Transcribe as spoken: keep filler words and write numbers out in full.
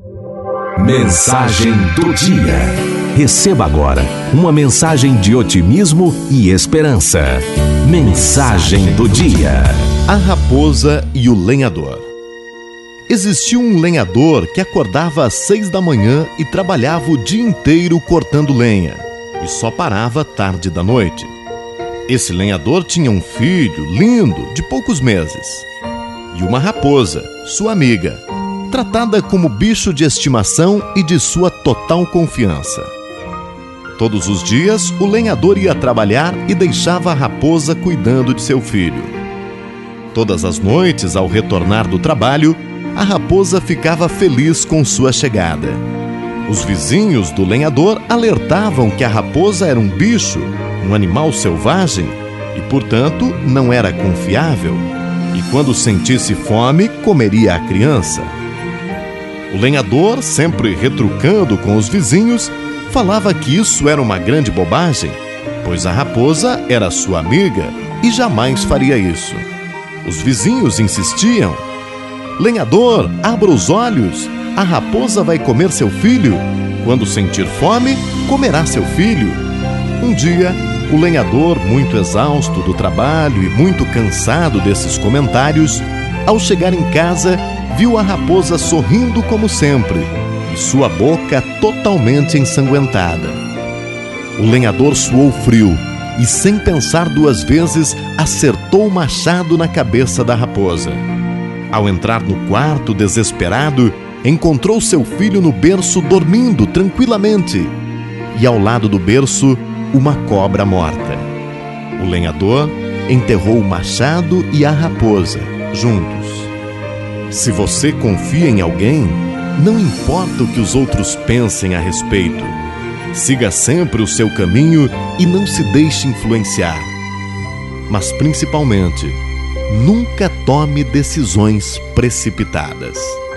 Mensagem do dia. Receba agora uma mensagem de otimismo e esperança. Mensagem do dia. A raposa e o lenhador. Existia um lenhador que acordava às seis da manhã e trabalhava o dia inteiro cortando lenha, e só parava tarde da noite. Esse lenhador tinha um filho lindo, de poucos meses, e uma raposa, sua amiga, tratada como bicho de estimação e de sua total confiança. Todos os dias, o lenhador ia trabalhar e deixava a raposa cuidando de seu filho. Todas as noites, ao retornar do trabalho, a raposa ficava feliz com sua chegada. Os vizinhos do lenhador alertavam que a raposa era um bicho, um animal selvagem e, portanto, não era confiável. E quando sentisse fome, comeria a criança. O lenhador, sempre retrucando com os vizinhos, falava que isso era uma grande bobagem, pois a raposa era sua amiga e jamais faria isso. Os vizinhos insistiam: "Lenhador, abra os olhos, a raposa vai comer seu filho. Quando sentir fome, comerá seu filho." Um dia, o lenhador, muito exausto do trabalho e muito cansado desses comentários, ao chegar em casa, viu a raposa sorrindo como sempre e sua boca totalmente ensanguentada. O lenhador suou frio e, sem pensar duas vezes, acertou o machado na cabeça da raposa. Ao entrar no quarto, desesperado, encontrou seu filho no berço dormindo tranquilamente e, ao lado do berço, uma cobra morta. O lenhador enterrou o machado e a raposa juntos. Se você confia em alguém, não importa o que os outros pensem a respeito. Siga sempre o seu caminho e não se deixe influenciar. Mas, principalmente, nunca tome decisões precipitadas.